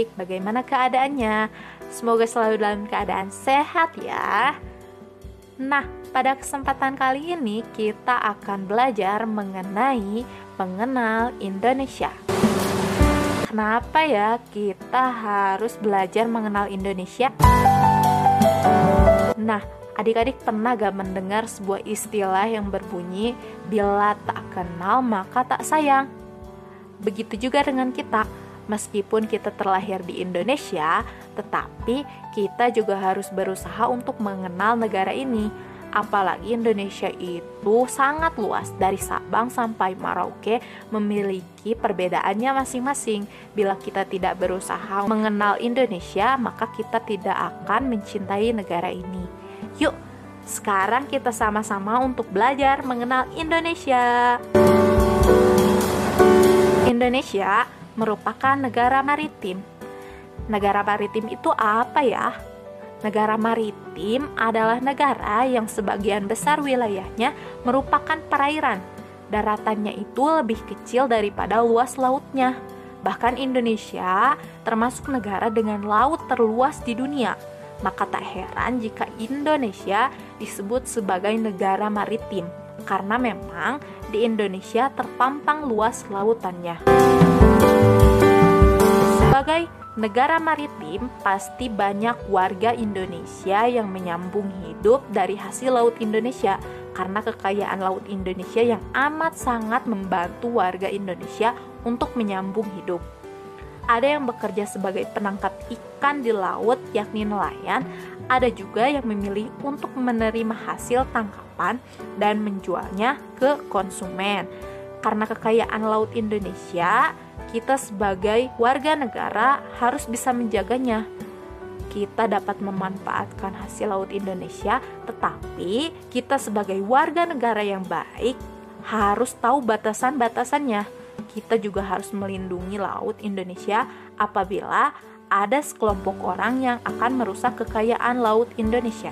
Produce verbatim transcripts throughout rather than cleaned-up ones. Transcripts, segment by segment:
adik-adik, bagaimana keadaannya? Semoga selalu dalam keadaan sehat ya. Nah, pada kesempatan kali ini kita akan belajar mengenai mengenal Indonesia. Kenapa ya kita harus belajar mengenal Indonesia? Nah, adik-adik pernah gak mendengar sebuah istilah yang berbunyi bila tak kenal maka tak sayang? Begitu juga dengan kita. Meskipun kita terlahir di Indonesia, tetapi kita juga harus berusaha untuk mengenal negara ini. Apalagi Indonesia itu sangat luas, dari Sabang sampai Merauke memiliki perbedaannya masing-masing. Bila kita tidak berusaha mengenal Indonesia, maka kita tidak akan mencintai negara ini. Yuk, sekarang kita sama-sama untuk belajar mengenal Indonesia. Indonesia merupakan negara maritim. Negara maritim itu apa ya? Negara maritim adalah negara yang sebagian besar wilayahnya merupakan perairan. Daratannya itu lebih kecil daripada luas lautnya. Bahkan Indonesia termasuk negara dengan laut terluas di dunia. Maka tak heran jika Indonesia disebut sebagai negara maritim, karena memang di Indonesia terpampang luas lautannya. Sebagai negara maritim, pasti banyak warga Indonesia yang menyambung hidup dari hasil laut Indonesia, karena kekayaan laut Indonesia yang amat sangat membantu warga Indonesia untuk menyambung hidup. Ada yang bekerja sebagai penangkap ikan di laut, yakni nelayan. Ada juga yang memilih untuk menerima hasil tangkapan dan menjualnya ke konsumen. Karena kekayaan laut Indonesia, kita sebagai warga negara harus bisa menjaganya. Kita dapat memanfaatkan hasil laut Indonesia, tetapi kita sebagai warga negara yang baik harus tahu batasan-batasannya. Kita juga harus melindungi laut Indonesia apabila ada sekelompok orang yang akan merusak kekayaan laut Indonesia.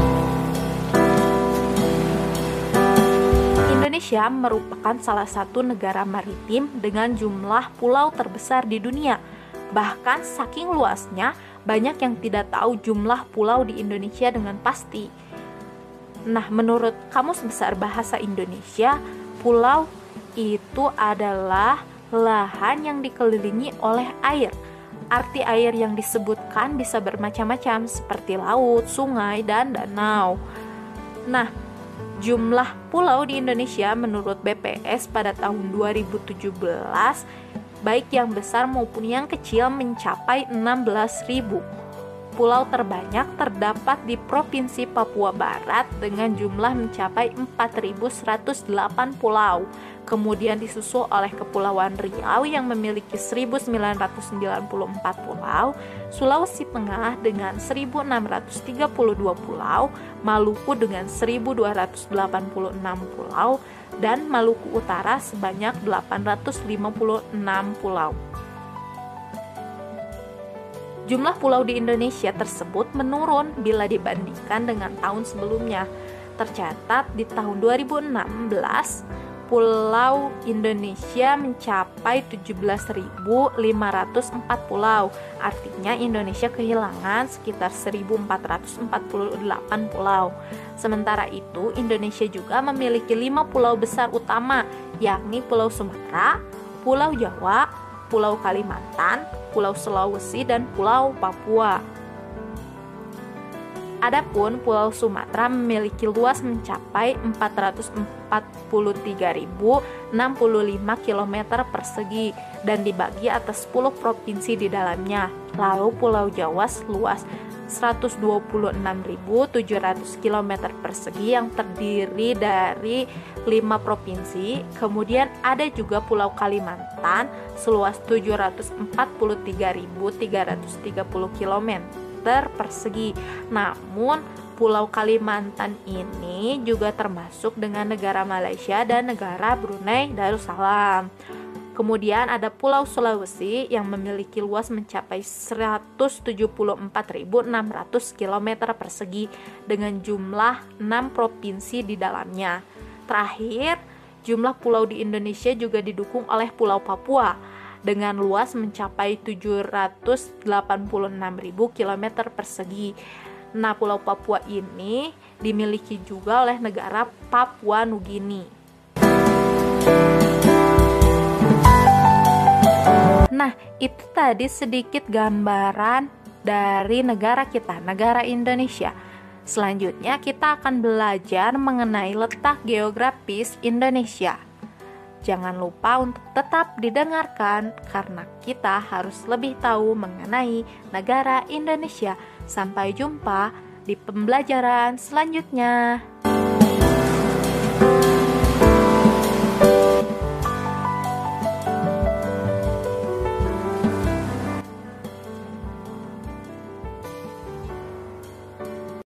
Indonesia merupakan salah satu negara maritim dengan jumlah pulau terbesar di dunia. Bahkan saking luasnya, banyak yang tidak tahu jumlah pulau di Indonesia dengan pasti. Nah, menurut Kamus Besar Bahasa Indonesia, pulau itu adalah lahan yang dikelilingi oleh air. Arti air yang disebutkan bisa bermacam-macam, seperti laut, sungai, dan danau. Nah, jumlah pulau di Indonesia menurut B P S pada tahun dua ribu tujuh belas, baik yang besar maupun yang kecil, mencapai enam belas ribu. Pulau terbanyak terdapat di Provinsi Papua Barat dengan jumlah mencapai empat ribu seratus delapan pulau. Kemudian disusul oleh Kepulauan Riau yang memiliki seribu sembilan ratus sembilan puluh empat pulau, Sulawesi Tengah dengan seribu enam ratus tiga puluh dua pulau, Maluku dengan seribu dua ratus delapan puluh enam pulau, dan Maluku Utara sebanyak delapan ratus lima puluh enam pulau. Jumlah pulau di Indonesia tersebut menurun bila dibandingkan dengan tahun sebelumnya. Tercatat di tahun dua ribu enam belas, pulau Indonesia mencapai tujuh belas ribu lima ratus empat pulau. Artinya Indonesia kehilangan sekitar seribu empat ratus empat puluh delapan pulau. Sementara itu, Indonesia juga memiliki lima pulau besar utama, yakni Pulau Sumatera, Pulau Jawa, Pulau Kalimantan, Pulau Sulawesi, dan Pulau Papua. Adapun Pulau Sumatera memiliki luas mencapai empat ratus empat puluh tiga ribu enam puluh lima kilometer persegi dan dibagi atas sepuluh provinsi di dalamnya. Lalu Pulau Jawa seluas seratus dua puluh enam ribu tujuh ratus kilometer persegi yang terdiri dari lima provinsi. Kemudian ada juga Pulau Kalimantan seluas tujuh ratus empat puluh tiga ribu tiga ratus tiga puluh kilometer persegi. Namun Pulau Kalimantan ini juga termasuk dengan negara Malaysia dan negara Brunei Darussalam. Kemudian ada Pulau Sulawesi yang memiliki luas mencapai seratus tujuh puluh empat ribu enam ratus kilometer persegi dengan jumlah enam provinsi di dalamnya. Terakhir, jumlah pulau di Indonesia juga didukung oleh Pulau Papua dengan luas mencapai tujuh ratus delapan puluh enam ribu kilometer persegi. Nah, Pulau Papua ini dimiliki juga oleh negara Papua Nugini. Nah, itu tadi sedikit gambaran dari negara kita, negara Indonesia. Selanjutnya kita akan belajar mengenai letak geografis Indonesia. Jangan lupa untuk tetap didengarkan karena kita harus lebih tahu mengenai negara Indonesia. Sampai jumpa di pembelajaran selanjutnya.